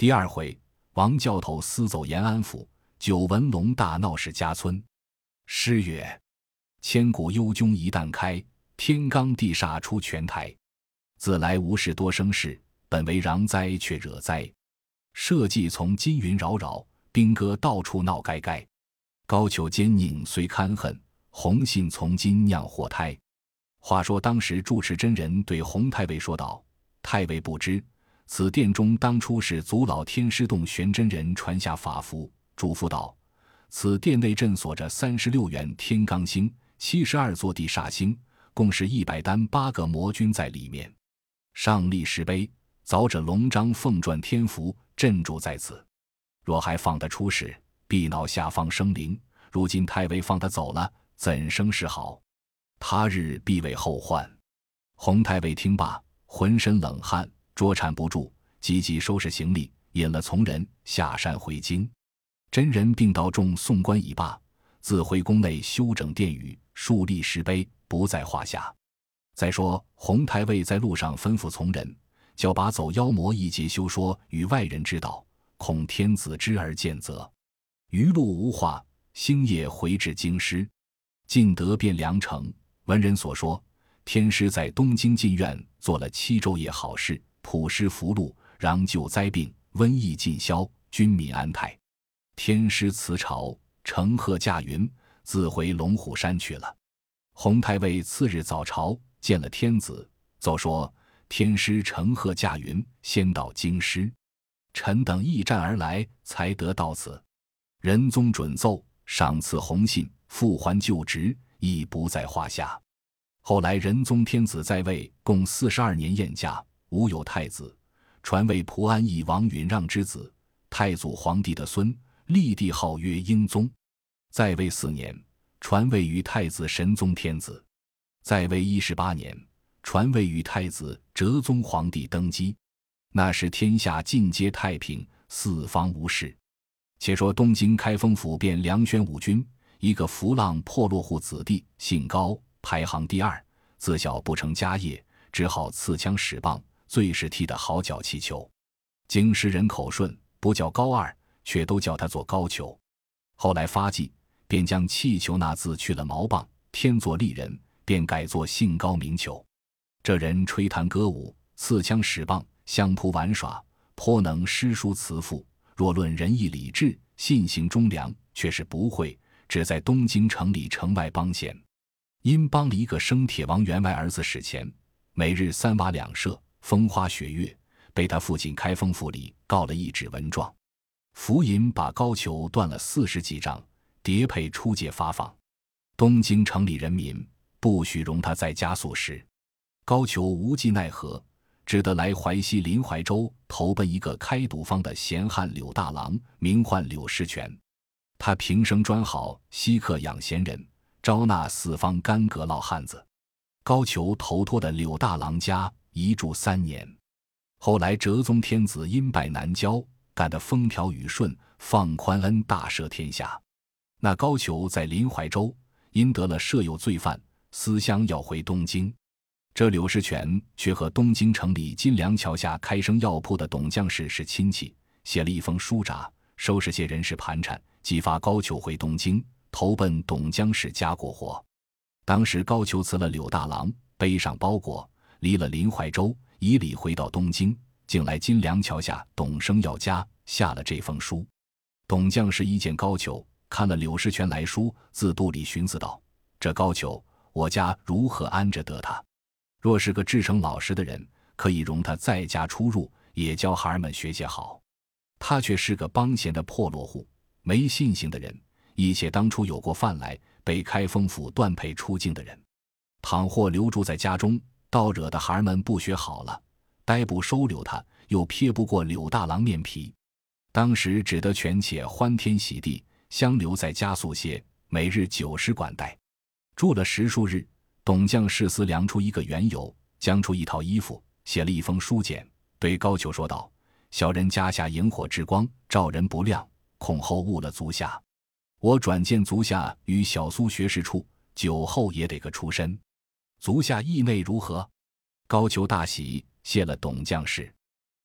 第二回，王教头私走延安府，久闻龙大闹市家村。诗曰：千古幽宫一旦开，天罡地煞出泉台。自来无事多生事，本为攘灾却惹灾。社稷从金云扰扰，兵戈到处闹该该。高俅奸佞虽堪恨，洪信从今酿祸胎。话说当时住持真人对洪太尉说道：太尉不知，此殿中当初是祖老天师洞玄真人传下法符，嘱咐道：此殿内镇锁着36员天罡星，72座地煞星，共是100单8个魔君在里面。上立石碑，凿着龙章凤篆天符，镇住在此。若还放得出事，必恼下方生灵。如今太尉放他走了，怎生是好？他日必为后患。洪太尉听罢，浑身冷汗，捉缠不住，急急收拾行李，引了从人下山回京。真人并道众送官已罢，自回宫内修整殿宇，树立石碑，不在话下。再说洪太尉在路上吩咐从人，叫把走妖魔一节休说与外人知道，恐天子知而见责。余路无话，星夜回至京师。进得汴梁城，闻人所说，天师在东京禁院做了7昼夜好事，普施福禄，攘救灾病，瘟疫尽消，军民安泰。天师辞朝，乘鹤驾云，自回龙虎山去了。洪太尉次日早朝见了天子，奏说天师乘鹤驾云，先到京师，臣等驿站而来，才得到此。仁宗准奏，赏赐洪信，复还旧职，亦不在话下。后来仁宗天子在位共42年宴驾，无有太子，传位蒲安邑王允让之子，太祖皇帝的孙，立帝号曰英宗。在位4年，传位于太子神宗天子。在位18年，传位于太子哲宗皇帝登基。那时天下尽皆太平，四方无事。且说东京开封府便梁宣武军，一个浮浪破落户子弟，姓高，排行第2，自小不成家业，只好刺枪使棒，最是踢得好脚气球。京师人口顺，不叫高二，却都叫他做高俅。后来发迹，便将气球那字去了毛棒，天作丽人，便改作姓高名俅。这人吹弹歌舞，刺枪使棒，相扑玩耍，颇能诗书辞赋。若论仁义礼智，信行忠良，却是不会，只在东京城里城外帮闲。因帮了一个生铁王员外儿子使钱，每日3瓦2舍，风花雪月，被他父亲开封府里告了一纸文状。府尹把高俅断了40几丈，叠配出界发放。东京城里人民不许容他在家宿食。高俅无计奈何，只得来淮西临淮州投奔一个开赌坊的闲汉柳大郎，名唤柳师全。他平生专好稀客养闲人，招纳四方干戈涝汉子。高俅投托的柳大郎家一住3年。后来哲宗天子因拜南郊，干得风调雨顺，放宽恩大赦天下。那高俅在临淮州因得了设有罪犯，思乡要回东京。这柳师全却和东京城里金梁桥下开生药铺的董将士是亲戚，写了一封书札，收拾些人事盘缠，激发高俅回东京，投奔董将士家过活。当时高俅辞了柳大郎，背上包裹，离了临淮州，以礼回到东京，竟来金梁桥下董生药家下了这封书。董将士一见高俅，看了柳师全来书，自肚里寻思道：这高俅，我家如何安着得他？若是个至诚老实的人，可以容他在家出入，也教孩儿们学些好。他却是个帮闲的破落户，没信心的人，一且当初有过犯来，被开封府断配出境的人。倘或留住在家中，倒惹得孩儿们不学好了，逮捕收留他，又撇不过柳大郎面皮。当时只得权且欢天喜地，相留在家宿歇，每日9时管待。住了10数日，董将士思量出一个缘由，将出一套衣服，写了一封书简，对高俅说道：小人家下萤火之光，照人不亮，恐后误了足下。我转荐足下与小苏学士处，酒后也得个出身。足下意内如何？高俅大喜，谢了董将士。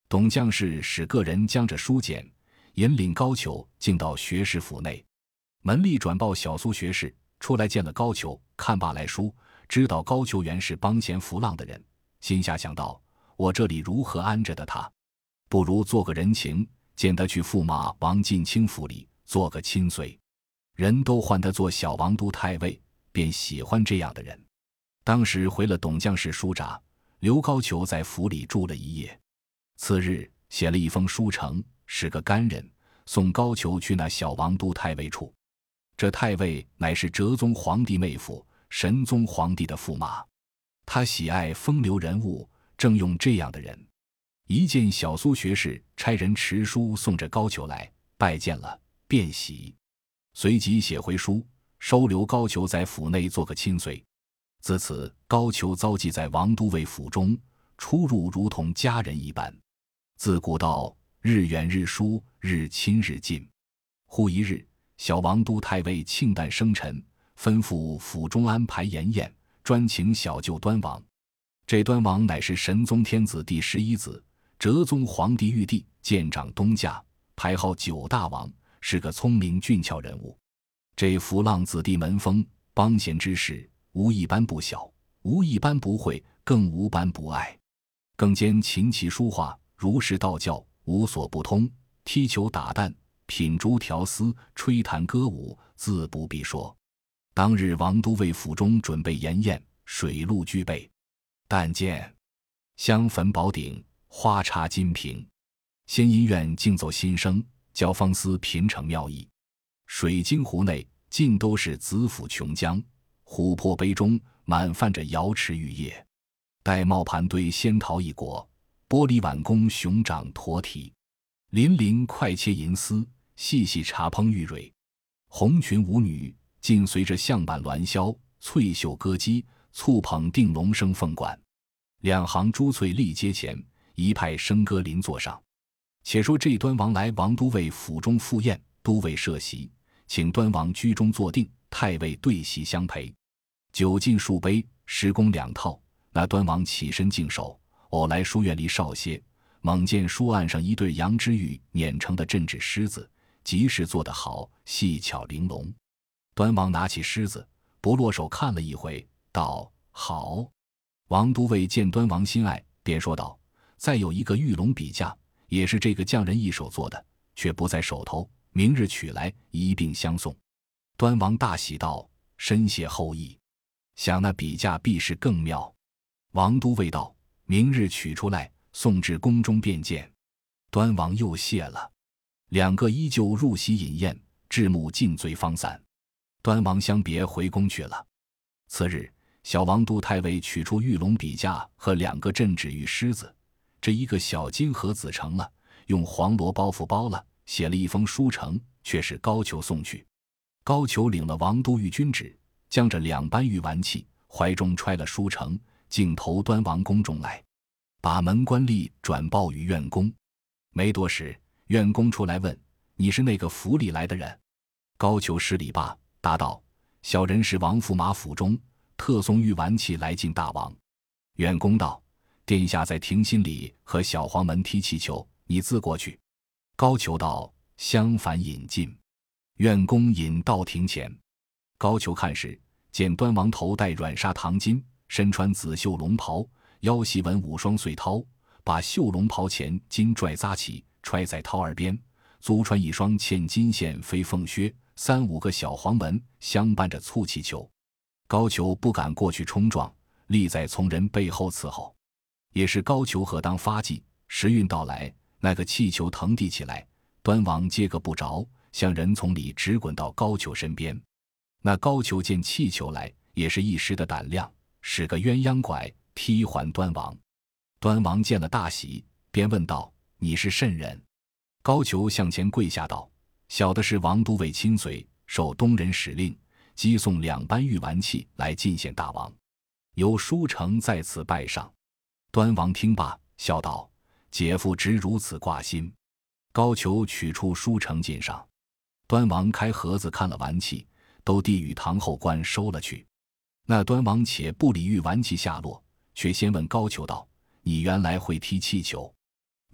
董将士使个人将着书简，引领高俅进到学士府内。门吏转报小苏学士出来见了高俅，看罢来书，知道高俅原是帮闲浮浪的人，心下想到，我这里如何安着的他？不如做个人情，见他去驸马王进清府里做个亲随。人都唤他做小王都太尉，便喜欢这样的人。当时回了董将士书札，留高俅在府里住了一夜。次日写了一封书呈，使个干人送高俅去那小王都太尉处。这太尉乃是哲宗皇帝妹夫神宗皇帝的驸马，他喜爱风流人物，正用这样的人。一见小苏学士差人持书送着高俅来，拜见了，便喜，随即写回书，收留高俅在府内做个亲随。自此高俅遭寄在王都尉府中，出入如同家人一般。自古道日远日疏，日亲日近。忽一日，小王都太尉庆诞生辰，吩咐府中安排筵宴，专请小舅端王。这端王乃是神宗天子第11子，哲宗皇帝玉帝监掌东驾，排号9大王，是个聪明俊俏人物。这浮浪子弟门风，帮闲之事，无一般不晓，无一般不会，更无般不爱。更兼琴棋书画，儒释道教，无所不通，踢球打弹，品竹调丝，吹弹歌舞，自不必说。当日王都尉府中准备筵宴，水陆俱备，但见香焚宝鼎，花插金瓶，仙音院竞奏新声，教坊司品逞妙意。水晶壶内尽都是紫府琼浆，琥珀杯中满泛着瑶池玉液。玳瑁盘堆仙桃一果，玻璃碗供熊掌驼蹄。鳞鳞快切银丝，细细茶烹玉蕊。红裙舞女尽随着象板鸾箫，翠袖歌姬簇捧定龙声凤管。两行珠翠立阶前，一派笙歌临座上。且说这端王来王都尉府中赴宴，都尉设席，请端王居中坐定，太尉对席相陪。酒尽数杯，时工2套。那端王起身净手，偶来书院里少歇，猛见书案上一对羊脂玉碾成的镇纸狮子，即是做得好，细巧玲珑。端王拿起狮子，不落手看了一回，道：好。王都尉见端王心爱，便说道：再有一个玉龙笔架，也是这个匠人一手做的，却不在手头，明日取来一并相送。端王大喜道：深谢厚意，想那笔架必是更妙。王都尉道：明日取出来，送至宫中便见。端王又谢了。两个依旧入席饮宴，至暮尽醉方散。端王相别回宫去了。次日，小王都太尉取出玉龙笔架和2个镇纸玉狮子，这一个小金盒子成了，用黄罗包袱包了，写了一封书呈，却是高俅送去。高俅领了王都御军旨，将这2班玉玩器怀中揣了书呈，径投端王宫中来，把门官吏转报于院公。没多时，院公出来问：你是那个府里来的人？高俅施礼罢，答道：小人是王驸马府中特送玉玩器来敬大王。院公道：殿下在庭心里和小黄门踢气球，你自过去。高俅道：相反引进。院公引到庭前。高俅看时，见端王头戴软纱唐巾，身穿紫绣龙袍，腰系纹5双穗绦，把绣龙袍前金拽扎起，揣在绦耳边，足穿一双嵌金线飞凤靴，3、5个小黄门相伴着簇气球。高俅不敢过去冲撞，立在从人背后伺候。也是高俅何当发髻，时运到来，那个气球腾地起来，端王接个不着，向人丛里直滚到高俅身边。那高俅见气球来，也是一时的胆量，使个鸳鸯拐踢还端王。端王见了大喜，便问道：你是甚人？高俅向前跪下道：小的是王都尉亲随，受东人使令，击送2班玉玩器来进献大王，由书呈在此拜上。端王听罢，笑道：姐夫直如此挂心。高俅取出书呈进上。端王开盒子看了玩器，都递与堂后官收了去。那端王且不理玉玩器下落，却先问高俅道：你原来会踢气球？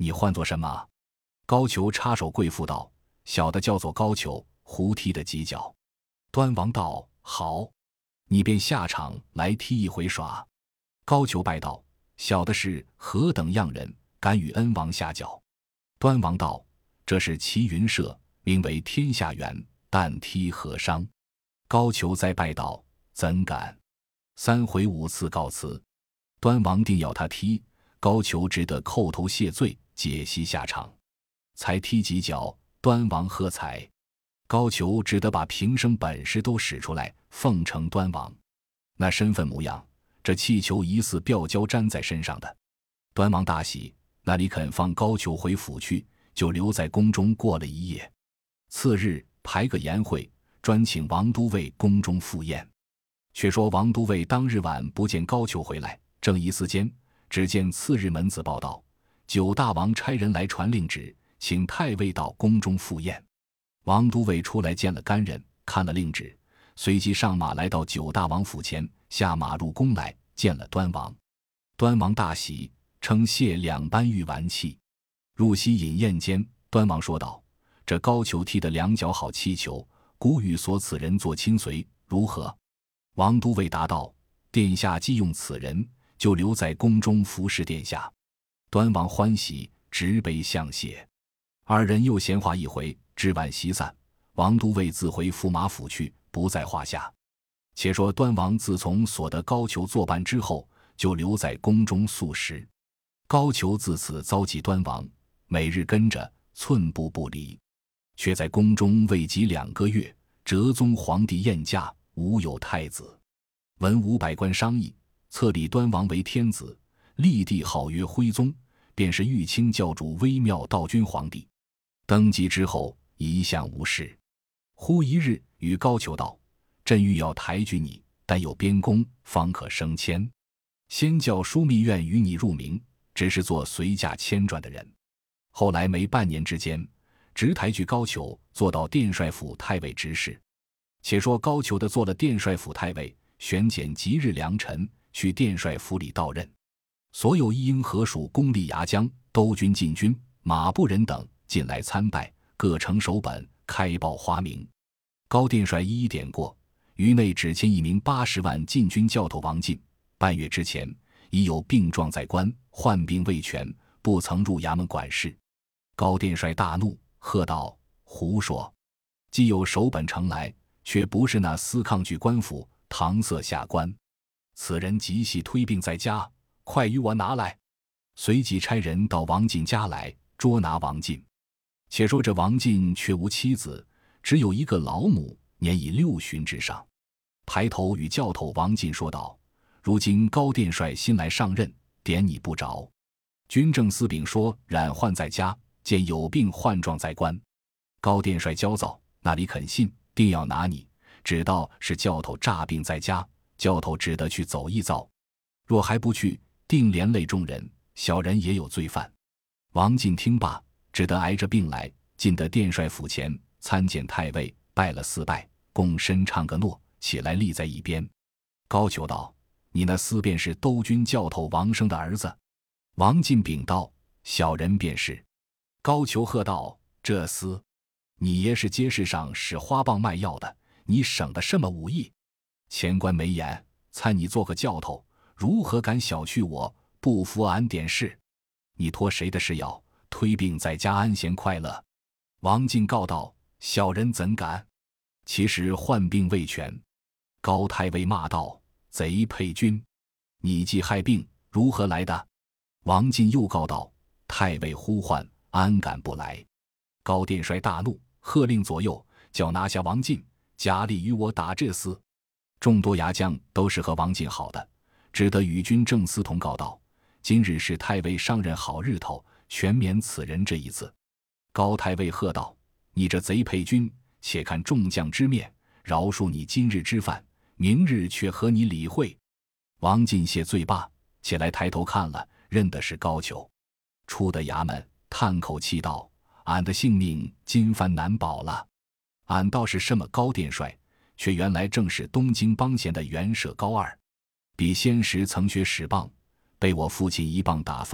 你唤作什么？”高俅插手跪伏道：“小的叫做高俅，胡踢的几脚。”端王道：“好，你便下场来踢一回耍。”高俅拜道：“小的是何等样人，敢与恩王下脚？”端王道：“这是齐云社，名为天下元，但踢何伤？”高俅再拜道：“怎敢！”3回5次告辞。端王定要他踢，高俅只得叩头谢罪，解席下场。才踢几脚，端王喝彩，高俅只得把平生本事都使出来，奉承端王。那身份模样，这气球疑似吊胶粘在身上的。端王大喜，那里肯放高俅回府去，就留在宫中过了一夜。次日排个筵会，专请王都尉宫中赴宴。却说王都尉当日晚不见高俅回来，正疑思间，只见次日门子报道，九大王差人来传令旨，请太尉到宫中赴宴。王都尉出来见了干人，看了令旨，随即上马来到九大王府前，下马入宫来见了端王。端王大喜，称谢2班御玩器。入席饮宴间，端王说道：“这高俅踢的2脚好气球，孤欲所此人做亲随，如何？”王都尉答道：“殿下既用此人，就留在宫中服侍殿下。”端王欢喜，执杯相谢。二人又闲话一回，至晚席散，王都尉自回驸马府去，不在话下。且说端王自从所得高俅作伴之后，就留在宫中宿食。高俅自此遭忌端王，每日跟着，寸步不离。却在宫中未及2个月，哲宗皇帝宴驾，无有太子。文武百官商议，册立端王为天子，立帝号曰徽宗，便是玉清教主微妙道君皇帝。登基之后，一向无事。忽一日与高俅道：“朕欲要抬举你，但有边功，方可升迁。先叫枢密院与你入名，只是做随驾迁转的人。”后来没半年之间，直抬举高俅做到殿帅府太尉执事。且说高俅的做了殿帅府太尉，选拣吉日良辰，去殿帅府里到任。所有一应河属公吏牙将、兜军禁军、马步人等进来参拜，各呈手本，开报花名。高殿帅一一点过，于内只签一名80万禁军教头王进，半月之前已有病状在官，患病未痊，不曾入衙门管事。高殿帅大怒，喝道：“胡说！既有手本呈来，却不是那司抗拒官府搪塞下官。此人急系推病在家，快与我拿来！”随即差人到王进家来，捉拿王进。且说这王进却无妻子，只有一个老母，年已6旬之上。抬头与教头王进说道：“如今高殿帅新来上任，点你不着。军政司禀说染患在家，见有病患状在官。”高殿帅焦躁，那里肯信，定要拿你，只道是教头诈病在家，教头只得去走一遭。若还不去，定连累众人，小人也有罪犯。王进听罢，只得挨着病来，进得殿帅府前，参见太尉，拜了4拜，共身唱个诺，起来立在一边。高俅道：“你那厮便是兜军教头王生的儿子？”王进禀道：“小人便是。”高俅喝道：“这厮，你爷是街市上使花棒卖药的，你省得什么武艺？前官没眼，参你做个教头，如何敢小觑我，不服俺点事？你托谁的事要推病在家安闲快乐？”王进告道：“小人怎敢？其实患病未痊。”高太尉骂道：“贼配军！你既害病，如何来的？”王进又告道：“太尉呼唤，安敢不来？”高殿帅大怒，喝令左右，叫拿下王进，加力与我打这厮。众多牙将都是和王进好的，只得与军政司同告道：“今日是太尉上任好日头，全免此人这一字。”高太尉喝道：“你这贼配军，且看众将之面，饶恕你今日之犯，明日却和你理会。”王进谢罪罢，起来抬头看了，认的是高俅。出得衙门，叹口气道：“俺的性命今番难保了。俺倒是什么高殿帅，却原来正是东京邦贤的元舍高二。比先时曾学使棒，被我父亲一棒打翻，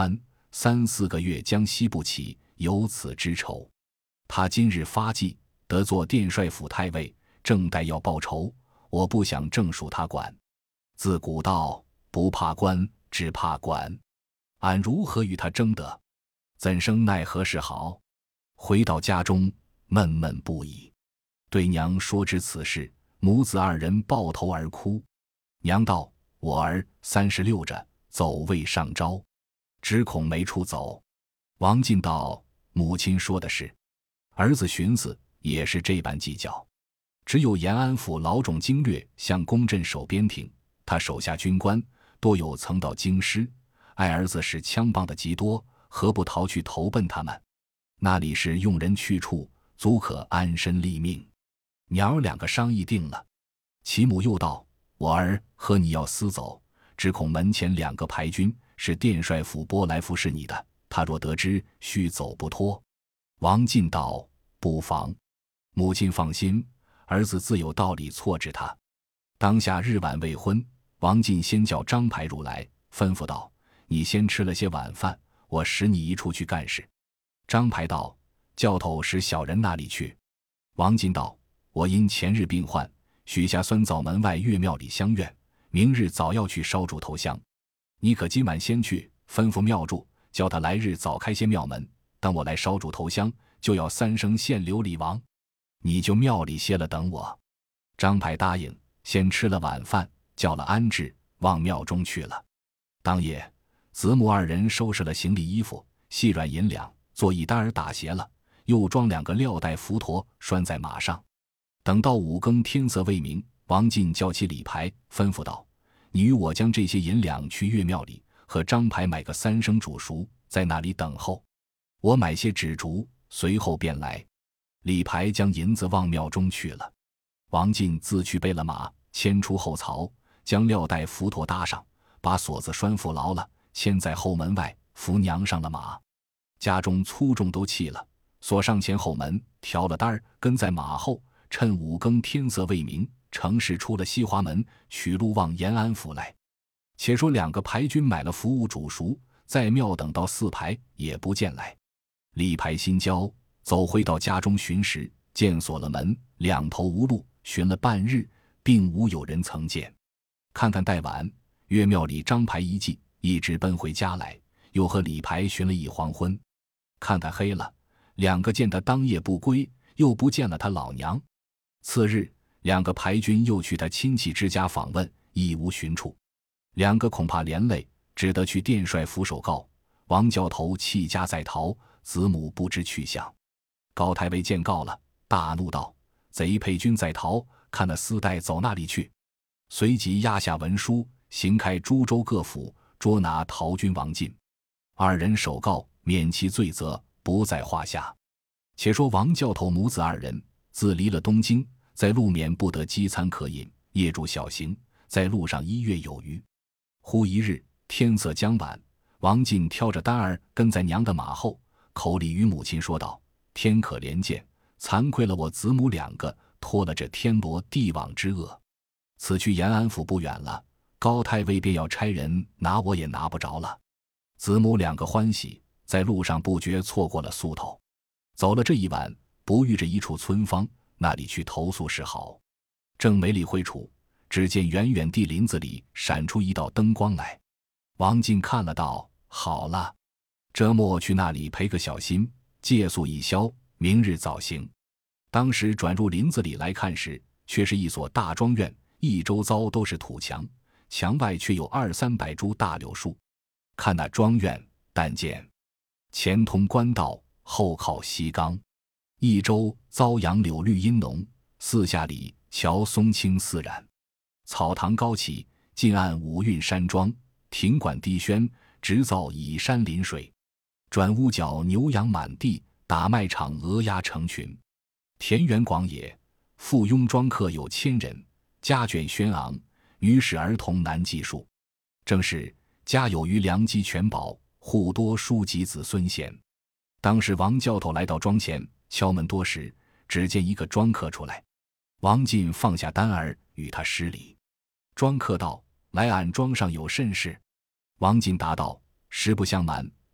3、4个月将息不起，有此之仇。他今日发迹，得做殿帅府太尉，正待要报仇，我不想正属他管。自古道，不怕官，只怕管。俺如何与他争得？怎生奈何是好？回到家中，闷闷不已。对娘说之此事，母子二人抱头而哭。娘道：我儿36着，走未上朝，只恐没处走。王进道：母亲说的是。儿子寻思也是这般计较。只有延安府老种经略向公镇守边庭，他手下军官多有曾到京师，爱儿子使枪棒的极多，何不逃去投奔他们？那里是用人去处，足可安身立命。娘儿两个商议定了。其母又道：我儿和你要私走，只恐门前2个排军是殿帅府拨来服侍你的，他若得知，须走不脱。王进道：不妨，母亲放心，儿子自有道理错治他。当下日晚未婚，王进先叫张排入来，吩咐道：你先吃了些晚饭，我使你一处去干事。张排道：教头使小人那里去？王进道：我因前日病患，许下酸枣门外岳庙里相愿，明日早要去烧烛投香。你可今晚先去，吩咐庙祝，叫他来日早开些庙门，当我来烧烛投香，就要3声献琉璃王。你就庙里歇了等我。张排答应，先吃了晚饭，叫了安置，往庙中去了。当夜，子母二人收拾了行李衣服，细软银两，做一单儿打鞋了，又装2个料带符陀，拴在马上。等到5更天色未明，王进叫起李排，吩咐道：你与我将这些银两去岳庙里，和张排买个3升煮熟，在那里等候。我买些纸烛，随后便来。李排将银子往庙中去了。王进自去备了马，牵出后槽，将料带符陀搭上，把锁子拴缚牢了，牵在后门外，扶娘上了马。家中粗重都弃了，锁上前后门，调了单儿，跟在马后，趁5更天色未明，乘势出了西华门，取路往延安府来。且说2个排军买了服务煮熟，在庙等到4排，也不见来。李排心焦，走回到家中寻时，见锁了门，两头无路，寻了半日，并无有人曾见。看看待晚，岳庙里张排一骑，一直奔回家来，又和李排寻了一黄昏。看看黑了，2个见他当夜不归，又不见了他老娘。次日，2个排军又去他亲戚之家访问，亦无寻处。2个恐怕连累，只得去殿帅府首告。王教头弃家在逃，子母不知去向。高太尉见告了，大怒道：贼配军在逃，看那丝带走那里去。随即押下文书，行开诸州各府，捉拿逃军王进。2人首告，免其罪责，不在话下。且说王教头母子2人自离了东京，在路免不得饥餐可饮，夜住小行，在路上1月有余。忽一日天色将晚，王进挑着单儿跟在娘的马后，口里与母亲说道：天可怜见，惭愧了我子母2个，拖了这天罗地网之恶。此去延安府不远了，高太尉便要差人拿我也拿不着了。子母2个欢喜，在路上不觉错过了宿头。走了这一晚，不遇着一处村坊，那里去投宿是好。正没理会处，只见远远地林子里闪出一道灯光来。王进看了道：好了，这末去那里赔个小心，借宿一宵，明日早行。当时转入林子里来看时，却是一所大庄院，一周遭都是土墙，墙外却有200-300株大柳树。看那庄院，但见前通官道，后靠西冈，一周遭杨柳绿荫浓，四下里乔松青四染，草堂高起，近岸五韵山庄，亭馆低轩，直造以山临水。转屋角牛羊满地，打卖场鹅鸭成群。田园广野，附庸庄客有1000人，家眷轩昂，女使儿童难计数。正是家有余良机全宝，户多书籍子孙贤。当时王教头来到庄前，敲门多时，只见一个庄客出来。王进放下单儿，与他施礼。庄客道：来俺庄上有甚事？王进答道：实不相瞒，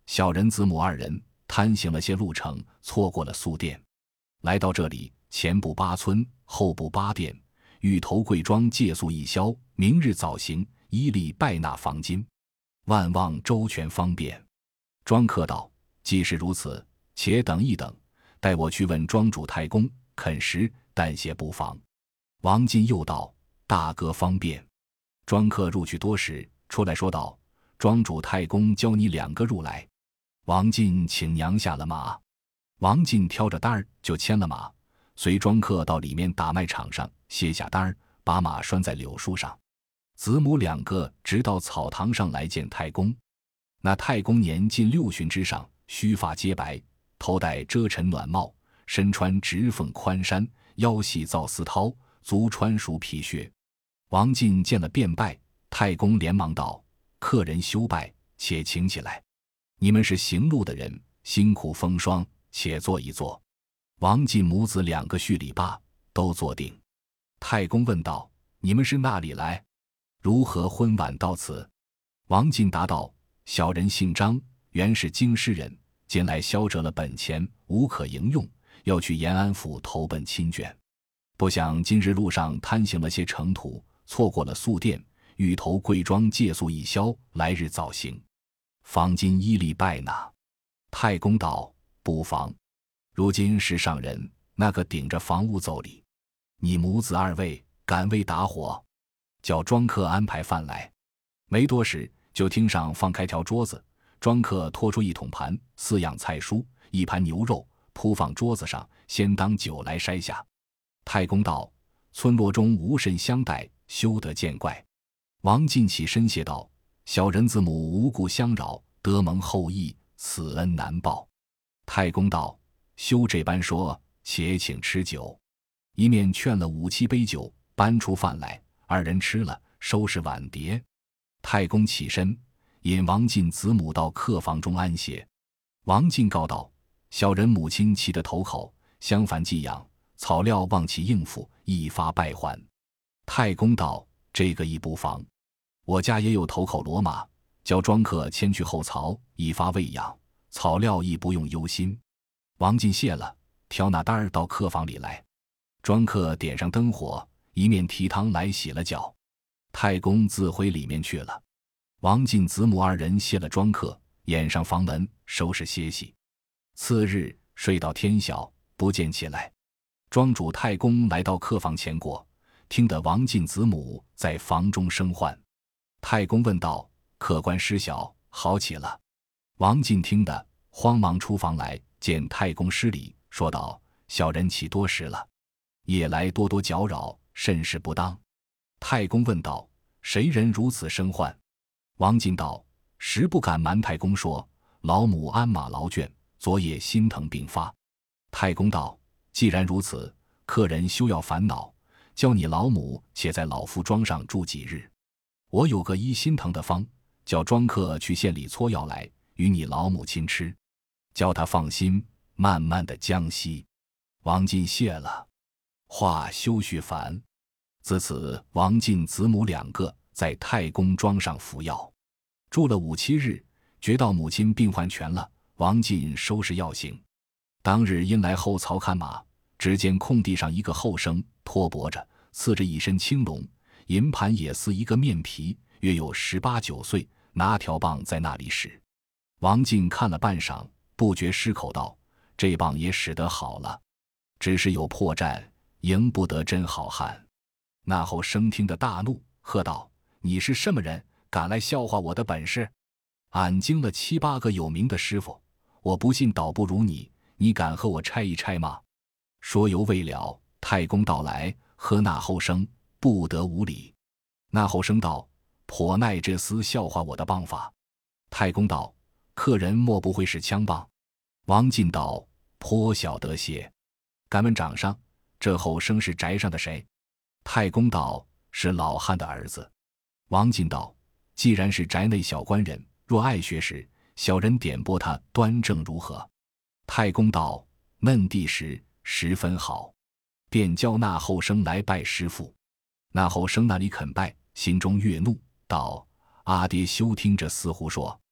小人子母二人贪行了些路程，错过了宿店。来到这里，前步8村，后步8店，欲投贵庄借宿一宵，明日早行，依例拜纳房金，万望周全方便。庄客道：既是如此，且等一等，待我去问庄主太公，肯时但些不妨。王进又道：大哥方便。庄客入去多时，出来说道：庄主太公教你2个入来。王进请娘下了马。王进挑着担儿就牵了马，随庄客到里面打麦场上卸下担儿，把马拴在柳树上。子母2个直到草堂上来见太公。那太公年近60之上，须发皆白，头戴遮尘暖帽，身穿直凤宽衫，腰系皂丝绦，足穿鼠皮靴。王进见了便拜，太公连忙道：客人休拜，且请起来。你们是行路的人，辛苦风霜，且坐一坐。王进母子2个叙礼罢，都坐定。太公问道：你们是那里来？如何昏晚到此？王进答道：小人姓张，原是京师人，近来消折了本钱，无可营用，要去延安府投奔亲眷。不想今日路上贪行了些程途，错过了宿店，欲投贵庄借宿一宵，来日早行，方今依例拜纳。太公道：不妨。如今是上人，那个顶着房屋走礼，你母子2位敢为打火？叫庄客安排饭来。没多时，就厅上放开条桌子，庄客拖出1桶盘，4样菜蔬，1盘牛肉，铺放桌子上，先当酒来筛下。太公道：村落中无甚相待，休得见怪。王进起身谢道：小人子母无故相扰，得蒙厚意，此恩难报。太公道：休这般说，且请吃酒。一面劝了5、7杯酒，搬出饭来，2人吃了，收拾碗碟。太公起身，引王进子母到客房中安歇。王进告道：小人母亲气得头口，相反寄养，草料望其应付，一发败还。太公道：这个亦不妨，我家也有头口骡马，叫庄客牵去后槽，一发喂养，草料亦不用忧心。王进谢了，挑那担儿到客房里来。庄客点上灯火，一面提汤来洗了脚。太公自回里面去了。王进子母2人谢了庄客，掩上房门，收拾歇息。次日睡到天晓，不见起来。庄主太公来到客房前过，听得王进子母在房中生唤。太公问道：客官失晓，好起了？王进听得，慌忙出房来，见太公施礼，说道：小人起多时了，夜来多多搅扰，甚是不当。太公问道：谁人如此生唤？王进道：实不敢瞒太公说，老母鞍马劳倦，昨夜心疼病发。太公道：既然如此，客人休要烦恼，叫你老母且在老夫庄上住几日。我有个医心疼的方，叫庄客去县里搓药来，与你老母亲吃，叫他放心，慢慢的将息。王进谢了。话休叙烦。自此，王进子母2个在太公庄上服药，住了5、7日，觉到母亲病患全了，王进收拾药行。当日因来后槽看马，只见空地上一个后生托帛着，刺着一身青龙，银盘也似一个面皮，约有18、19岁，拿条棒在那里使。王进看了半晌，不觉失口道：这棒也使得好了，只是有破绽，赢不得真好汉。那后生听得大怒，喝道：你是什么人，敢来笑话我的本事？俺经了7、8个有名的师傅，我不信倒不如你，你敢和我拆一拆吗？说犹未了，太公到来，喝那后生不得无礼。那后生道：颇耐这厮笑话我的棒法。太公道：客人莫不会是枪棒？王进道：颇晓得些。敢问掌上，这后生是宅上的谁？太公道：是老汉的儿子。王进道：既然是宅内小官人，若爱学识，小人点拨他端正如何？太公道：嫩地时十分好。便叫那后生来拜师傅。那后生那里肯拜，心中悦怒，道：阿爹休听这厮胡说。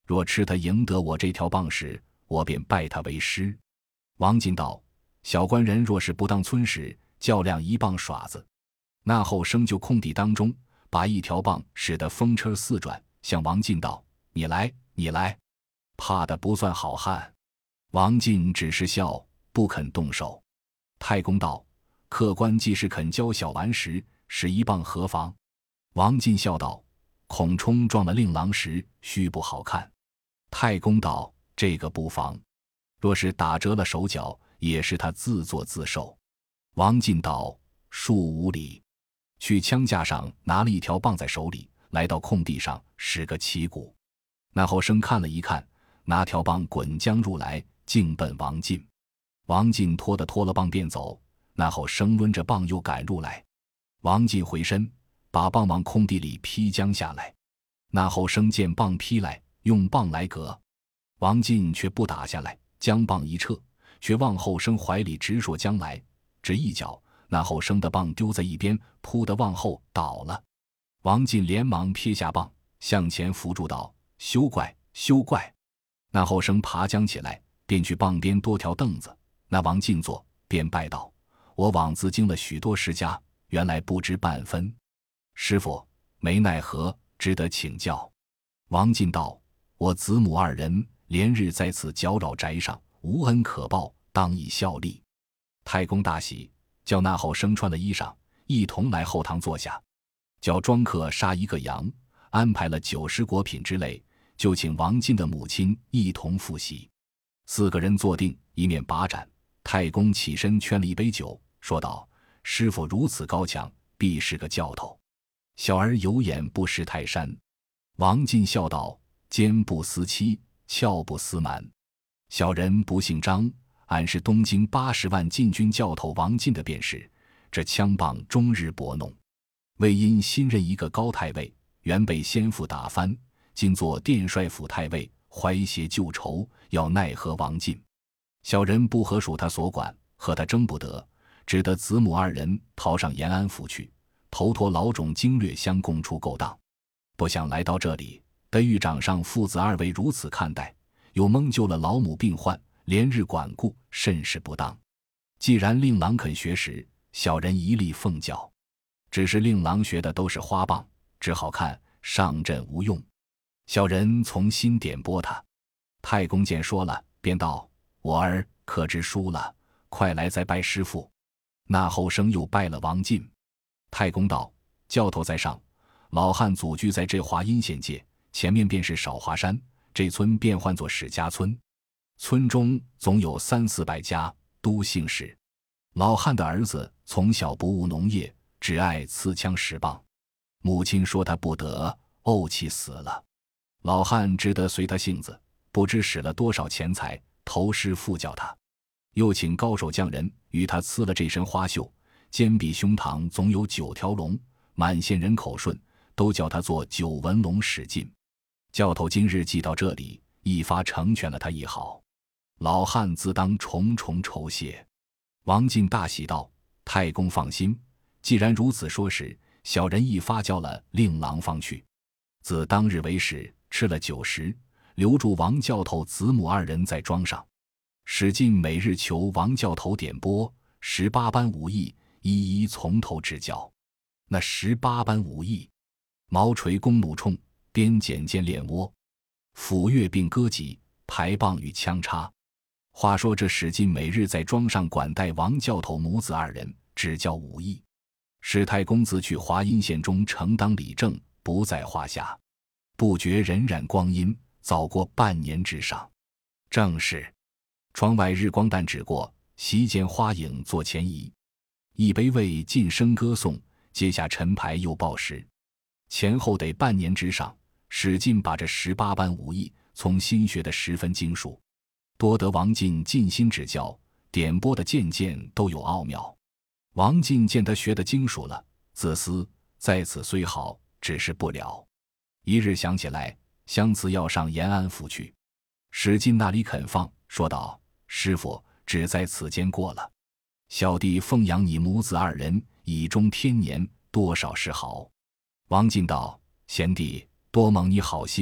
若吃他赢得我这条棒时，我便拜他为师。”王进道：“小官人若是不当村使，较量一棒耍子。”那后生就空地当中，把一条棒使得风车四转，向王进道：“你来，你来。”怕的不算好汉。王进只是笑，不肯动手。太公道：“客官既是肯教小顽石，使一棒何妨？”王进笑道：“孔冲撞了令郎时，须不好看。”太公道：“这个不妨，若是打折了手脚，也是他自作自受。”王进道：“恕无礼。”去枪架上拿了一条棒在手里，来到空地上使个旗鼓。那后生看了一看，拿条棒滚将入来，径奔王进。王进拖了棒便走，那后生抡着棒又赶入来。王进回身，把棒往空地里劈将下来。那后生见棒劈来，用棒来隔，王进却不打下来，将棒一撤，却往后生怀里直说将来，只一脚，那后生的棒丢在一边，扑得往后倒了。王进连忙撇下棒，向前扶住道：“休怪，休怪。”那后生爬将起来，便去棒边多条凳子。那王进坐，便拜道：“我枉自经了许多世家，原来不知半分。师傅，没奈何，只得请教。”王进道：“我子母二人连日在此搅扰宅上，无恩可报，当以效力。”太公大喜，叫那后生穿了衣裳，一同来后堂坐下，叫庄客杀一个羊，安排了酒食果品之类，就请王进的母亲一同复习。4个人坐定，一面把盏。太公起身劝了一杯酒，说道：“师傅如此高强，必是个教头。小儿有眼不识泰山。”王进笑道：“奸不思欺，俏不思瞒。小人不姓张，俺是东京80万禁军教头王进的便是。这枪棒终日搏弄，为因新任一个高太尉，原被先父打翻，今做殿帅府太尉，怀挟旧仇，要奈何王进。小人不合属他所管，和他争不得，只得子母二人逃上延安府去，头托老种经略相供出勾当。不想来到这里，得遇掌上父子2位如此看待，又蒙救了老母病患，连日管顾，甚是不当。既然令郎肯学时，小人一力奉教。只是令郎学的都是花棒，只好看上阵无用。小人从心点拨他。”太公见说了，便道：“我儿可知书了，快来再拜师傅。”那后生又拜了王进。太公道：“教头在上，老汉祖居在这华阴县界，前面便是少华山，这村便唤作史家村。村中总有300-400家，都姓史。老汉的儿子从小不务农业，只爱刺枪使棒，母亲说他不得，怄气死了。老汉只得随他性子，不知使了多少钱财，投师复教他。又请高手匠人与他刺了这身花绣，肩臂胸膛总有9条龙，满县人口顺，都叫他做9纹龙使劲。教头今日寄到这里，一发成全了他一好，老汉自当重重酬谢。”王进大喜道：“太公放心，既然如此说时，小人一发叫了令郎方去。自当日为始，吃了酒食，留住王教头子母2人在庄上，使尽每日求王教头点拨18般武艺，一一从头指教。那18般武艺：毛锤弓弩铳，鞭锏剑练窝，斧钺并戈戟，排棒与枪叉。话说这史进每日在庄上管待王教头母子2人，指教武艺。史太公自去华阴县中承当理政，不在话下。不觉荏苒光阴，早过半年之上。正是窗外日光淡指过，席间花影坐前移。一杯未尽声歌颂，接下陈牌又报时。前后得半年之上，史进把这18般武艺从新学得十分精熟，多得王进尽心指教，点拨的件件都有奥妙。王进见他学得精熟了，自思在此虽好，只是不了。一日想起来，相辞要上延安府去。史进那里肯放，说道：“师傅只在此间过了，小弟奉养你母子2人，以终天年，多少是好。”王进道：“贤弟多蒙你好心，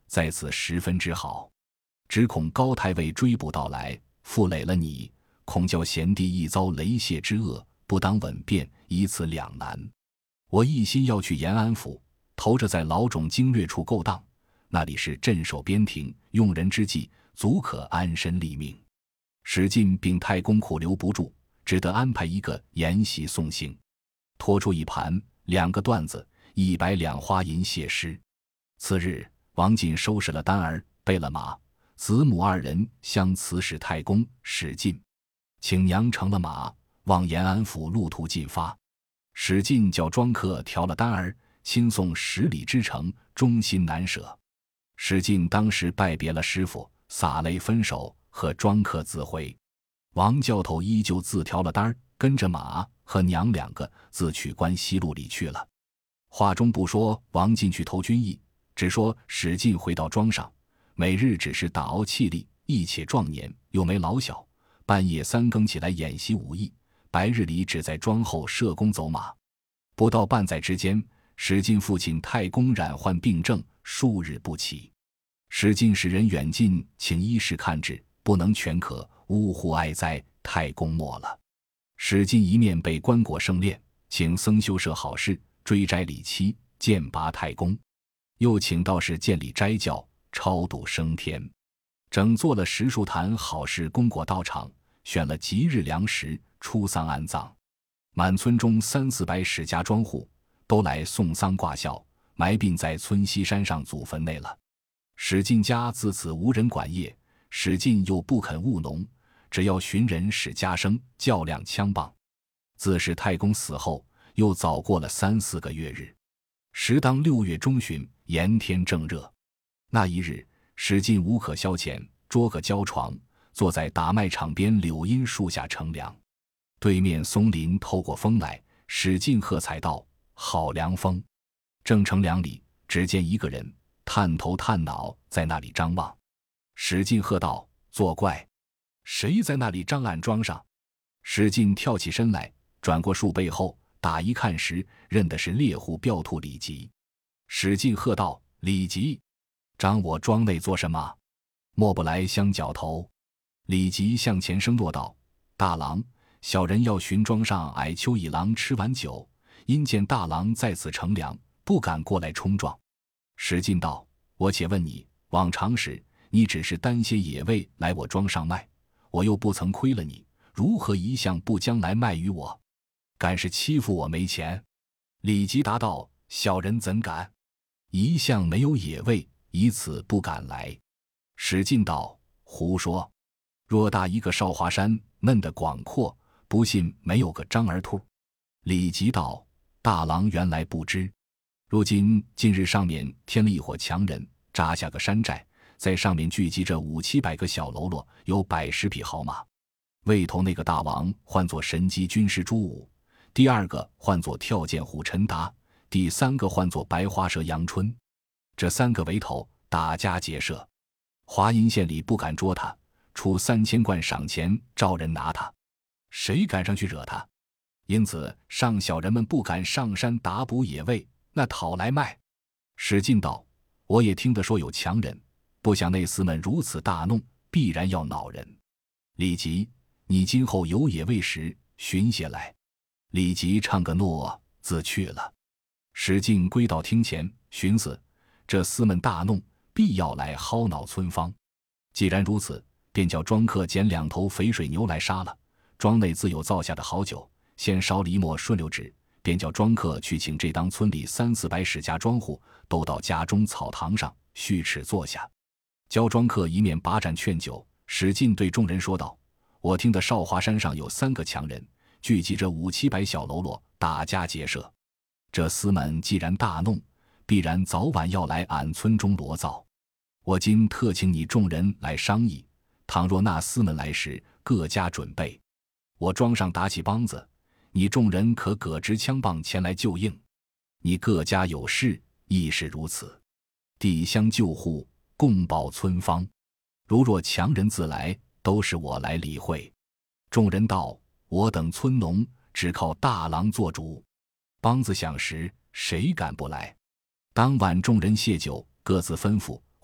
在此十分之好。只恐高太尉追捕到来，负累了你，恐叫贤弟亦遭雷泄之恶，不当稳便，以此两难。我一心要去延安府，投着在老种经略处勾当，那里是镇守边庭，用人之际，足可安身立命。史进并太公苦留不住，只得安排一个筵席送行，拖出一盘2个段子，100两花银谢师。次日，王进收拾了单儿，备了马，子母2人相辞使太公、史进，请娘乘了马，往延安府路途进发。史进叫庄客调了单儿，亲送10里之程，忠心难舍。史进当时拜别了师傅，洒泪分手，和庄客自回。王教头依旧自调了单儿，跟着马和娘2个自去关西路里去了。话中不说王进去投军役，只说史进回到庄上，每日只是打熬气力，亦且壮年，又没老小，半夜3更起来演习武艺，白日里只在庄后射弓走马。不到半载之间，史进父亲太公染患病症，数日不起。史进使人远近请医师看治，不能全可，呜呼哀哉，太公没了。史进一面被棺椁圣殓，请僧修设好事，追斋礼期，荐拔太公，又请道士建立斋教，超度升天，整做了10数坛好事功果道场，选了吉日良时，出丧安葬。满村中300-400史家庄户都来送丧挂孝，埋殡在村西山上祖坟内了。史进家自此无人管业，史进又不肯务农，只要寻人使家生，较量枪棒。自史太公死后，又早过了3-4个月日。时当6月中旬，炎天正热。那一日，史进无可消遣，捉个胶床，坐在打麦场边柳荫树下乘凉。对面松林透过风来，史进喝彩道：“好凉风！”正乘凉里，只见一个人探头探脑在那里张望。史进喝道：“作怪！谁在那里张俺庄上？”史进跳起身来，转过树背后，打一看时，认的是猎户镖兔李吉。史进喝道：“李吉，张我庄内做什么？莫不来相绞头？”李吉向前声落道：“大郎，小人要寻庄上矮丘一郎吃完酒，因见大郎在此乘凉，不敢过来冲撞。”史进道：“我且问你，往常时你只是担些野味来我庄上卖，我又不曾亏了你，如何一向不将来卖与我？敢是欺负我没钱？”李吉答道：“小人怎敢？一向没有野味，以此不敢来。”史进道：“胡说！偌大一个少华山，嫩得广阔，不信没有个张儿兔。”李吉道：“大郎原来不知，如今近日上面添了一伙强人，扎下个山寨，在上面聚集着500-700个小喽啰，有100-10匹好马。魏头那个大王唤作神机军师朱武，第2个唤作跳涧虎陈达，第3个唤作白花蛇杨春。这3个为头，打家劫舍，华阴县里不敢捉他，出3000贯赏钱召人拿他，谁敢上去惹他？因此上小人们不敢上山打捕野味，那讨来卖。”史进道：“我也听得说有强人，不想那厮们如此大弄，必然要恼人。李吉，你今后有野味时，寻些来。”李吉唱个诺，自去了。史进归到厅前，寻思这厮们大弄，必要来薅恼村坊。既然如此，便叫庄客捡2头肥水牛来杀了。庄内自有造下的好酒，先烧了一磨顺溜纸，便叫庄客去请这当村里300-400史家庄户，都到家中草堂上续齿坐下。教庄客一面把盏劝酒，史进对众人说道：“我听得少华山上有3个强人，聚集着500-700小喽啰，打家劫舍。这厮们既然大弄，必然早晚要来俺村中罗造。我今特请你众人来商议，倘若那厮们来时，各家准备。我庄上打起梆子，你众人可葛直枪棒前来救应。你各家有事，亦是如此，地相救护，共保村坊。如若强人自来，都是我来理会。”众人道：“我等村农只靠大郎做主。”梆子响时，谁敢不来？当晚众人谢酒，各自吩咐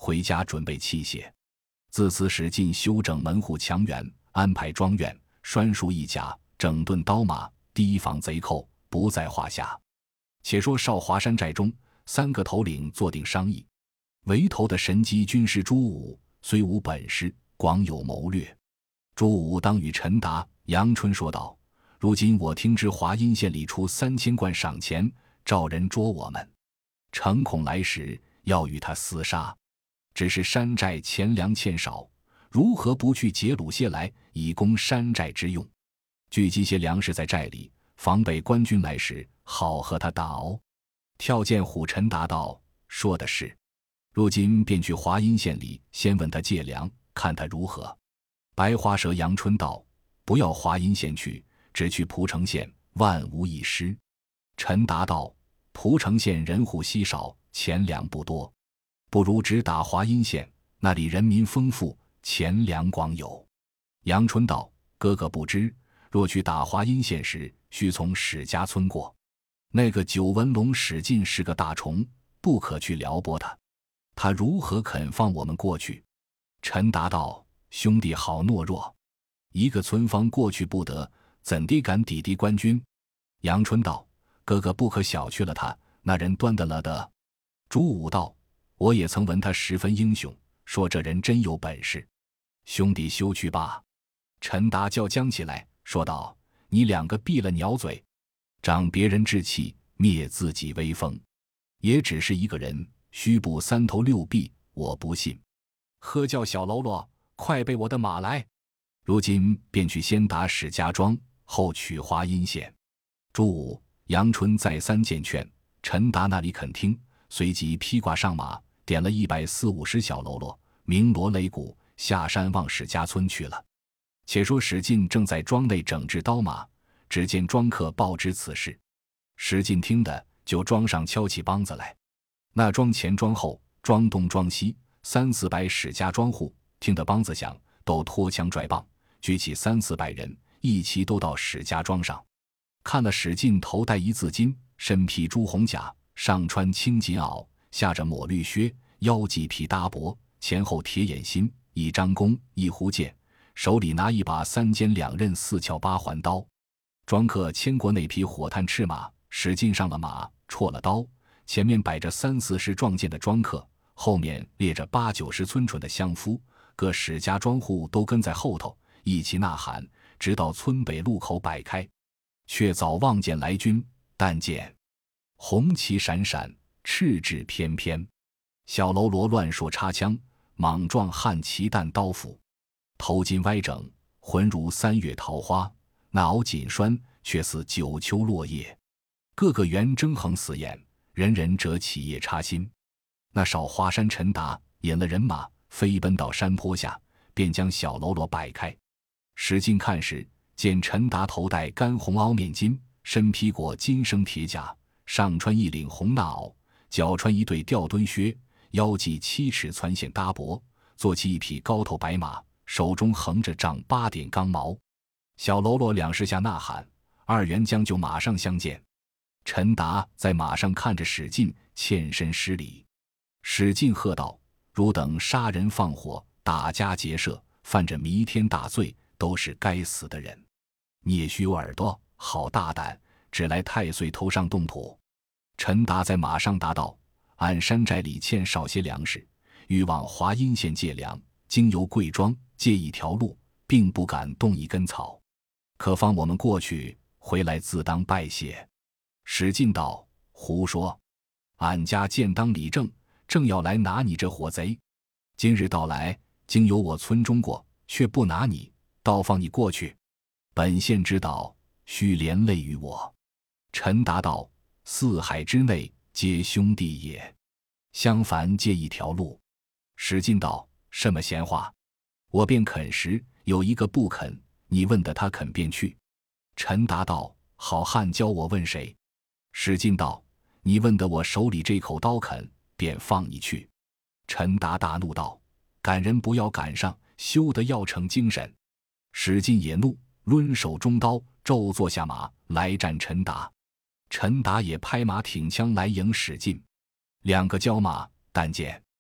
回家准备器械。自此史进修整门户墙垣，安排庄院，拴树义甲，整顿刀马，提防贼寇，不在话下。且说少华山寨中，3个头领坐定商议。为头的神机军师朱武，虽无本事，广有谋略。朱武当与陈达、杨春说道：如今我听知华阴县里出3000贯赏钱，召人捉我们，诚恐来时要与他厮杀。只是山寨钱粮欠少，如何不去劫掳些来，以供山寨之用？聚集些粮食在寨里，防备官军来时，好和他打熬。跳涧虎陈达道：说的是，如今便去华阴县里，先问他借粮，看他如何。白花蛇杨春道：不要华阴县去，只去蒲城县，万无一失。陈达道：蒲城县人户稀少，钱粮不多，不如只打华阴县，那里人民丰富，钱粮广有。杨春道：哥哥不知，若去打华阴县时，须从史家村过。那个九纹龙史进是个大虫，不可去撩拨他，他如何肯放我们过去？陈达道：兄弟好懦弱，一个村坊过去不得，怎地敢抵敌官军？杨春道：哥哥不可小觑了他，那人端得了的。朱武道：我也曾闻他十分英雄，说这人真有本事。兄弟休去罢。陈达叫僵起来，说道：你2个闭了鸟嘴，长别人志气，灭自己威风。也只是一个人，须补3头6臂，我不信。喝叫小喽啰，快备我的马来！如今便去先打史家庄，后取华阴县。朱武、杨春再三见劝，陈达那里肯听，随即披挂上马，点了140-150小喽啰，鸣锣擂鼓，下山往史家村去了。且说史进正在庄内整治刀马，只见庄客报知此事。史进听的，就庄上敲起梆子来。那庄前庄后，庄东庄西300-400史家庄户，听得梆子响，都拖枪拽棒，举起300-400人，一齐都到史家庄上。看了史进头戴一字巾，身披朱红甲，上穿青锦袄，下着抹绿靴，腰系皮搭帛，前后铁眼心，一张弓，一忽剑，手里拿一把3尖2刃4鞘8环刀。庄客牵过那匹火炭赤马，史进上了马，戳了刀，前面摆着30-40壮健的庄客，后面列着80-90村蠢的乡夫，各史家庄户都跟在后头，一起呐喊，直到村北路口摆开。却早望见来军，但见红旗闪闪，赤雉翩翩，小喽啰乱槊插枪，莽撞汉旗弹刀斧，头巾歪整，浑如3月桃花，那袄紧拴，却似9秋落叶。个个圆睁横死眼，人人折起夜插心。那少华山陈达引了人马，飞奔到山坡下，便将小喽啰摆开。史进看时，见陈达头戴干红凹面巾，身披裹金生铁甲，上穿一领红衲袄，脚穿一对吊墩靴，腰系7尺攒线搭帛，坐骑一匹高头白马，手中横着丈8点钢矛。小喽啰2时下呐喊，2员将就马上相见。陈达在马上看着史进，欠身施礼。史进喝道：汝等杀人放火，打家劫舍，犯着弥天大罪，都是该死的人。聂须有耳朵，好大胆，只来太岁头上动土。陈达在马上答道：俺山寨里欠少些粮食，欲往华阴县借粮，经由贵庄借一条路，并不敢动一根草，可放我们过去，回来自当拜谢。史进道：胡说，俺家剑当理正，正要来拿你这伙贼。今日到来，经由我村中过，却不拿你，倒放你过去。本县知道，须连累于我。陈达道：四海之内，皆兄弟也，相烦借一条路。史进道：什么闲话？我便肯时，有一个不肯，你问的他肯便去。陈达道：好汉教我问谁？史进道：你问的我手里这口刀肯，便放你去。陈达大怒道：赶人不要赶上，休得要逞精神。史进也怒，抡手中刀，骤坐下马来战陈达。陈达也拍马挺枪来迎史进，2个交马，但见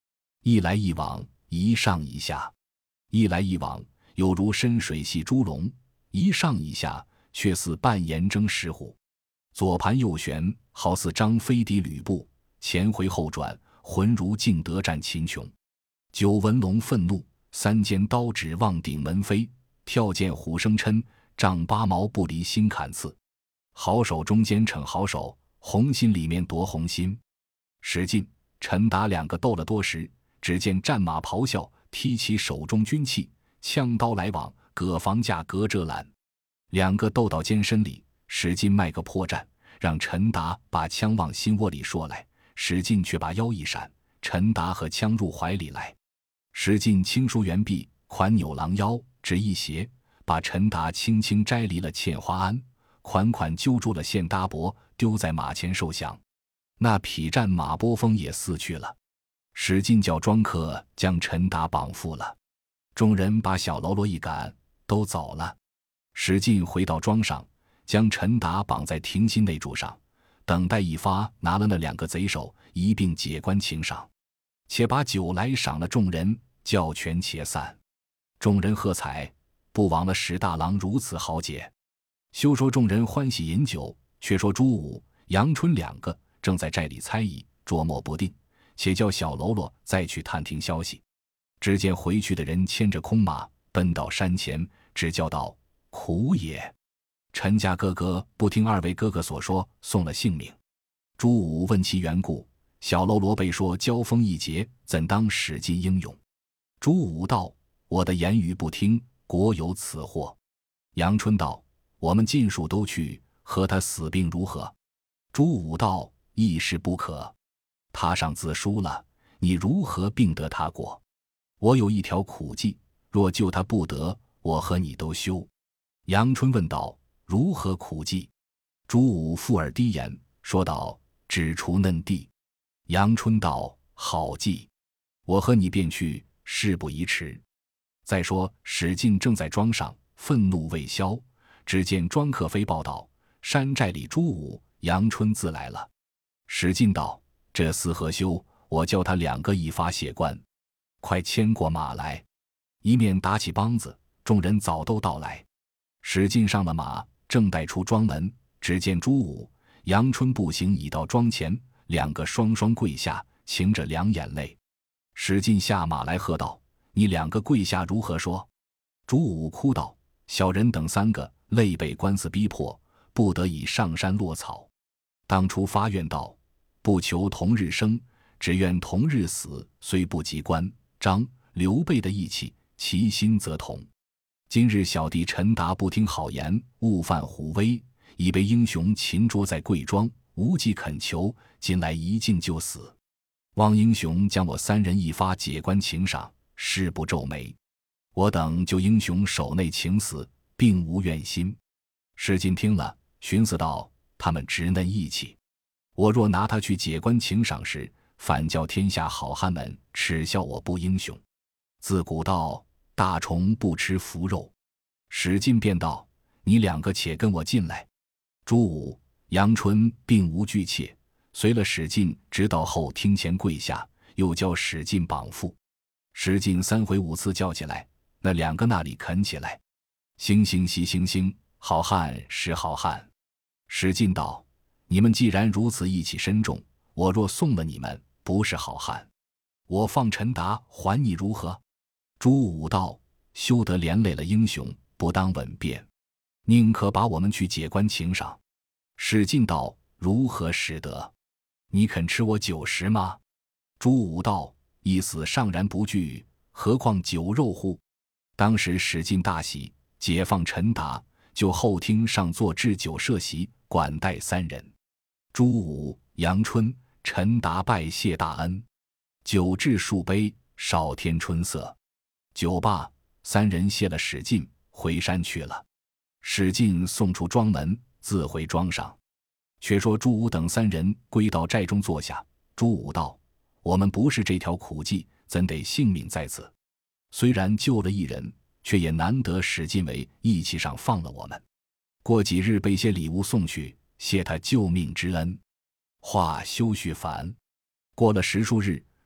一来一往，一上一下，一来一往，有如深水系猪笼；一上一下，却似半岩争石虎。左盘右旋，好似张飞抵吕布；前回后转，浑如敬德战秦琼。九纹龙愤怒，三尖刀指望顶门飞，跳涧虎生嗔，丈八矛不离心坎刺。好手中间逞好手，红心里面夺红心。史进、陈达两个斗了多时，只见战马咆哮，踢起手中军器，枪刀来往，葛防架隔遮拦。两个斗到肩身里，史进卖个破绽，让陈达把枪往心窝里说来，史进却把腰一闪，陈达和枪入怀里来。史进轻舒猿臂，款扭狼腰，只一斜，把陈达轻轻摘离了茜花鞍，款款揪住了线搭脖，丢在马前受降。那匹战马波峰也似去了。史进叫庄客将陈达绑缚了，众人把小喽啰一赶，都走了。史进回到庄上，将陈达绑在庭心内柱上，等待一发拿了那两个贼首，一并解官请赏。且把酒来赏了众人，叫权且散。众人喝彩，不枉了史大郎如此豪杰。休说众人欢喜饮酒，却说朱武、杨春两个正在寨里猜疑，捉摸不定，且叫小喽啰再去探听消息。只见回去的人牵着空马奔到山前，只叫道：苦也！陈家哥哥不听二位哥哥所说，送了性命。朱武问其缘故，小喽啰被说交锋一捷，怎当史进英勇？朱武道：我的言语不听，国有此祸。杨春道：我们尽数都去，和他死病如何？朱武道：一事不可。他上自输了，你如何并得他过？我有一条苦计，若救他不得，我和你都休。杨春问道：如何苦计？朱武附耳低言，说道：只除嫩地。杨春道：好计，我和你便去，事不宜迟。再说史进正在庄上，愤怒未消，只见庄客飞报道：山寨里朱武、杨春自来了。史进道：这厮何休？我叫他两个一发谢官，快牵过马来。一面打起梆子，众人早都到来。史进上了马，正待出庄门，只见朱武、杨春步行已到庄前，两个双双跪下，噙着两眼泪。史进下马来喝道：你两个跪下如何说？朱武哭道：小人等三个累被官司逼迫，不得已上山落草。当初发愿道：不求同日生，只愿同日死，虽不及关张刘备的义气，其心则同。今日小弟陈达不听好言，误犯虎威，已被英雄擒捉在贵庄，无计恳求，今来一进就死。望英雄将我三人一发解官请赏，誓不皱眉。我等就英雄手内请死，并无怨心。史进听了，寻思道：他们直嫩义气，我若拿他去解官请赏时，反叫天下好汉们耻笑我不英雄。自古道大虫不吃腐肉。史进便道：你两个且跟我进来。朱武、杨春并无惧怯，随了史进直到后厅前跪下，又叫史进绑缚。史进三回五次叫起来，那两个那里肯起来。星星惜星星，好汉是好汉。史进道：你们既然如此义气深重，我若送了你们，不是好汉。我放陈达还你如何？朱武道：休得连累了英雄，不当稳便，宁可把我们去解官请赏。史进道：如何使得？你肯吃我酒食吗？朱武道：一死尚然不惧，何况酒肉乎？当时史进大喜，解放陈达，就后厅上座置酒设席，管待三人。朱武、杨春、陈达拜谢大恩，酒至数杯，少添春色。酒罢，三人谢了史进，回山去了。史进送出庄门，自回庄上。却说朱武等三人归到寨中坐下。朱武道：我们不是这条苦计，怎得性命在此？虽然救了一人，却也难得史进为义气上放了我们。过几日备些礼物送去，谢他救命之恩。话休叙烦。过了10数日，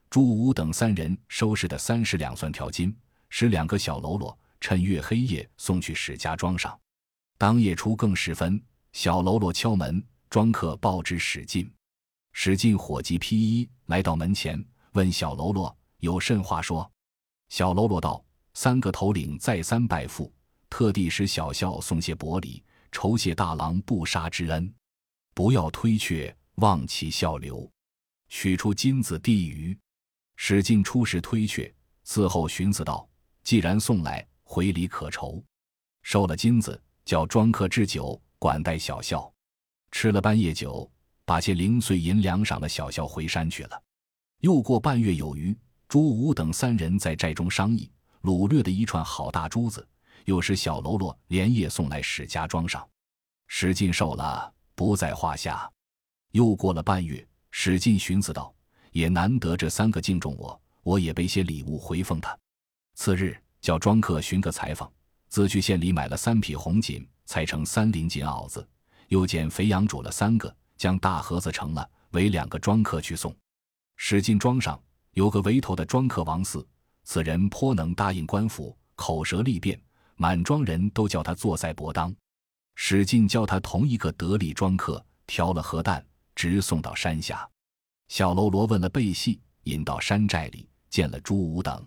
朱武等3人收拾的30两算条金，使2个小喽啰趁月黑夜送去史家庄上。当夜初更时分，小喽啰敲门，庄客报知史进。史进火急披衣来到门前，问小喽啰有甚话说。小喽啰道：3个头领再三拜复，特地使小校送些薄礼，酬谢大郎不杀之恩，不要推却，望其效留，取出金子递于。史进出时推却，伺候寻思道：既然送来，回礼可酬。收了金子，叫庄客置酒，管待小校。吃了半夜酒，把些零碎银两赏了小校，回山去了。又过半月有余，朱武等3人在寨中商议，掳掠的一串好大珠子，又使小喽啰连夜送来史家庄上。史进受了，不在话下。又过了半月，史进寻思道：也难得这3个敬重我，我也备些礼物回奉他。次日，叫庄客寻个裁缝，自去县里买了3匹红锦，裁成3绫锦袄子，又见肥羊煮了3个，将大盒子盛了，为2个庄客去送。史进庄上有个围头的庄客王四，此人颇能答应官府，口舌利辩，满庄人都叫他作赛伯当。史进教他同一个得力庄客调了核弹，直送到山下。小喽啰问了背细，引到山寨里，见了朱武等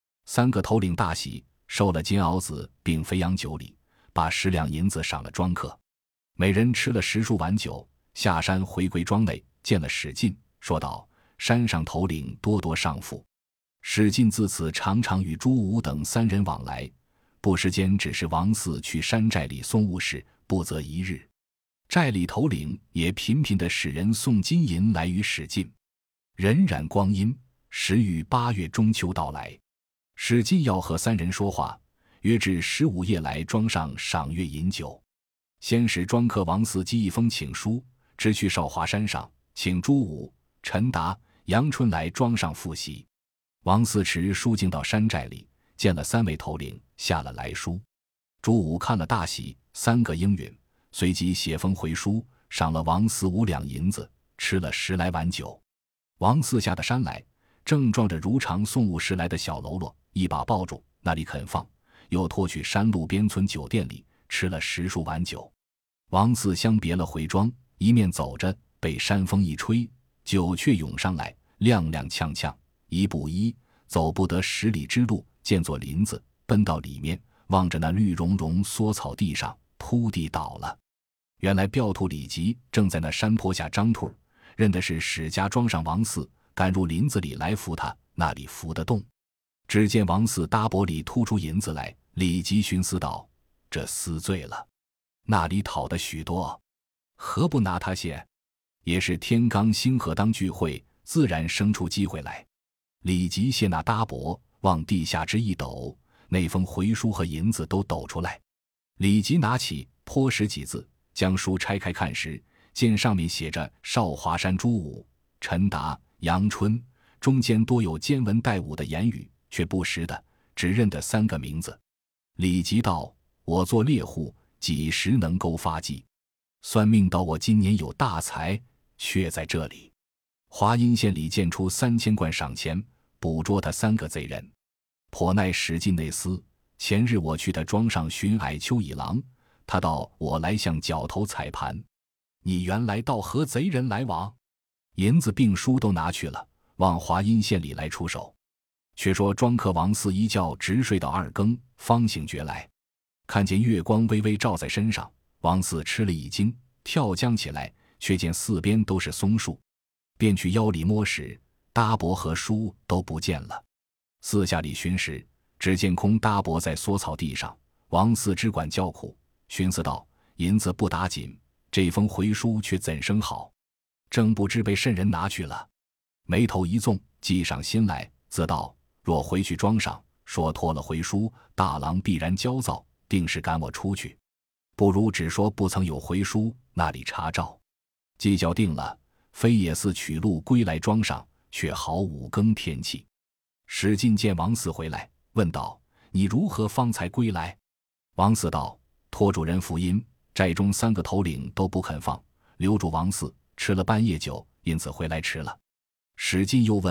3个头领，大喜，收了金袄子并肥羊酒礼，把10两银子赏了庄客。每人吃了10数碗酒，下山回归庄内，见了史进，说道：山上头领多多上赋。史进自此常常与朱武等3人往来，不时间只是王四去山寨里送物事，不择一日。寨里头领也频频地使人送金银来与史进。荏苒光阴，时遇8月中秋到来，史进要和3人说话，约至15夜来庄上赏月饮酒。先使庄客王四寄一封请书，直去少华山上，请朱武、陈达、杨春来庄上复习。王四持书径到山寨里，见了3位头领，下了来书。朱武看了大喜，3个应允，随即写封回书，赏了王四5两银子，吃了10来碗酒。王四下的山来，正撞着如常送物时来的小喽啰，一把抱住，那里肯放，又拖去山路边村酒店里，吃了10数碗酒。王四相别了回庄，一面走着，被山风一吹，酒却涌上来，踉踉跄跄，一步一走不得10里之路，见作林子，奔到里面，望着那绿茸茸缩草地上，扑地倒了。原来镖徒李吉正在那山坡下张兔，认的是史家庄上王四，赶入林子里来扶他，那里扶得动。只见王四搭脖里突出银子来，李吉寻思道：这厮醉了，那里讨得许多，何不拿他些？也是天罡星河当聚会，自然生出机会来。李吉卸那搭脖，往地下之一抖，那封回书和银子都抖出来。李吉拿起，颇识几字，将书拆开看时，见上面写着少华山朱武、陈达、杨春，中间多有兼文带武的言语，却不识的，只认得3个名字。李吉道：我做猎户，几时能够发迹？算命到我今年有大财，却在这里。华阴县里荐出3000贯赏钱，捕捉他3个贼人。颇耐史进内思，前日我去他庄上寻矮丘以郎，他道我来向角头踩盘。你原来到和贼人来往？银子并书都拿去了，往华阴县里来出手。却说庄客王四一觉直睡到2更，方醒觉来，看见月光微微照在身上，王四吃了一惊，跳将起来，却见4边都是松树，便去腰里摸时，搭帛和书都不见了。四下里寻时，只见空搭帛在缩草地上。王四只管叫苦，寻思道：银子不打紧，这封回书却怎生好？正不知被甚人拿去了。眉头一纵，计上心来，自道：若回去庄上说托了回书，大郎必然焦躁，定是赶我出去，不如只说不曾有回书，那里查照。计较定了，非也似取路归来庄上，却好5更天气。史进见王四回来，问道：你如何方才归来？王四道：托主人福音，寨中3个头领都不肯放，留住王四，吃了半夜酒，因此回来迟了。史进又问：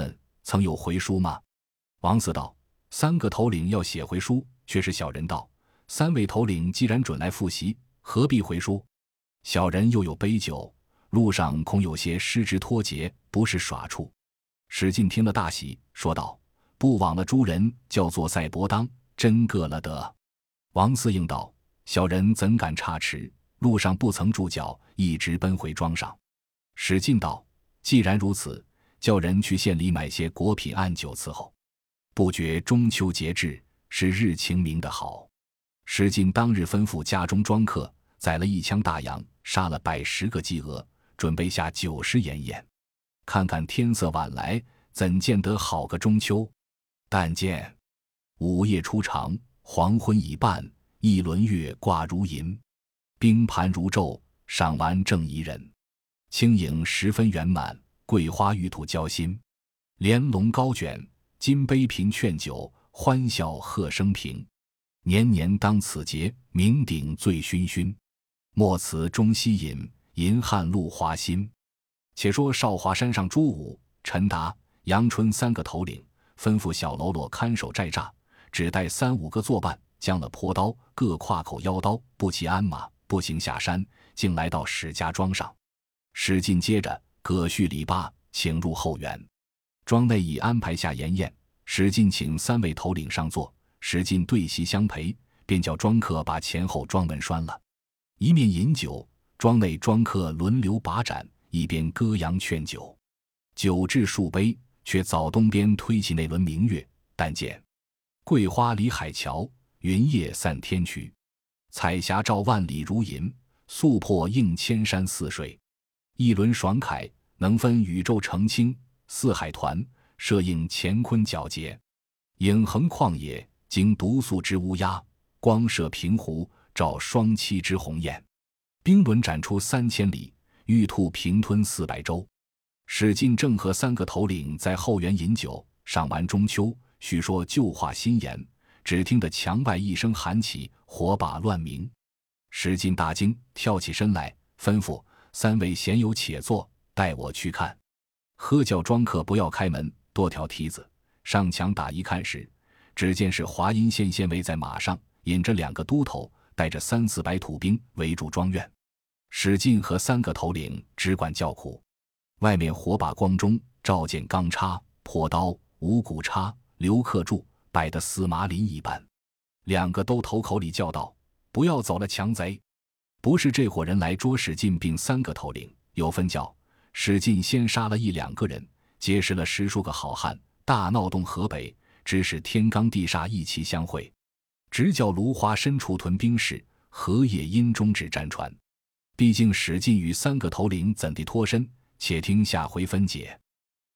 曾有回书吗？王嗣道：三个头领要写回书，却是小人道：三位头领既然准来复习，何必回书？小人又有杯酒，路上恐有些失职脱节，不是耍处。史进听了大喜，说道：不枉了诸人叫做赛伯当，真个了得。王嗣应道：小人怎敢差池，路上不曾住脚，一直奔回庄上。史进道：既然如此，叫人去县里买些果品按酒伺候。不觉中秋节至，是日晴明的好。史进当日吩咐家中庄客宰了1枪大羊，杀了110个鸡鹅，准备下90筵宴。看看天色晚来，怎见得好个中秋？但见午夜初长，黄昏已半，一轮月挂如银，冰盘如昼，赏玩正宜人。轻盈十分圆满，桂花玉土交心。莲笼高卷，金杯频劝酒，欢笑贺生平。年年当此节，酩酊醉醺醺。莫辞中西饮，银汉露华新。且说少华山上朱武、陈达、杨春3个头领，吩咐小喽啰看守寨栅，只带3、5个作伴，将了坡刀，各挎口腰刀，不骑鞍马，步行下山，竟来到史家庄上。史进接着葛序礼罢，请入后园。庄内已安排下筵宴，史进请3位头领上座，史进对席相陪，便叫庄客把前后庄门拴了，一面饮酒，庄内庄客轮流把盏，一边歌扬劝酒。酒至数杯，却早东边推起那轮明月，但见桂花离海桥，云叶散天衢。彩霞照万里如银，素破映千山似水。一轮爽凯，能分宇宙澄清，四海团，摄映乾坤皎洁。影横旷野，经毒素之乌鸦，光射平湖，照双栖之鸿雁。冰轮展出3000里，玉兔平吞400州。史进正和3个头领在后园饮酒，赏完中秋，叙说旧话新言，只听得墙外一声喊起，火把乱鸣。史进大惊，跳起身来，吩咐3位闲友且坐，带我去看。喝叫庄客不要开门，多条梯子，上墙打一看时，只见是华阴县县尉在马上，引着2个都头，带着3、400土兵围住庄院。史进和3个头领只管叫苦。外面火把光中，照见钢叉、破刀、五谷叉、刘克柱摆得司马林一般。2个都头口里叫道：不要走了，强贼！不是这伙人来捉史进并3个头领，有分教史进先杀了1、2个人，结识了10数个好汉，大闹动河北，指使天罡地煞一齐相会，直叫芦花深处屯兵士，河野阴中止战船。毕竟史进与3个头领怎地脱身，且听下回分解。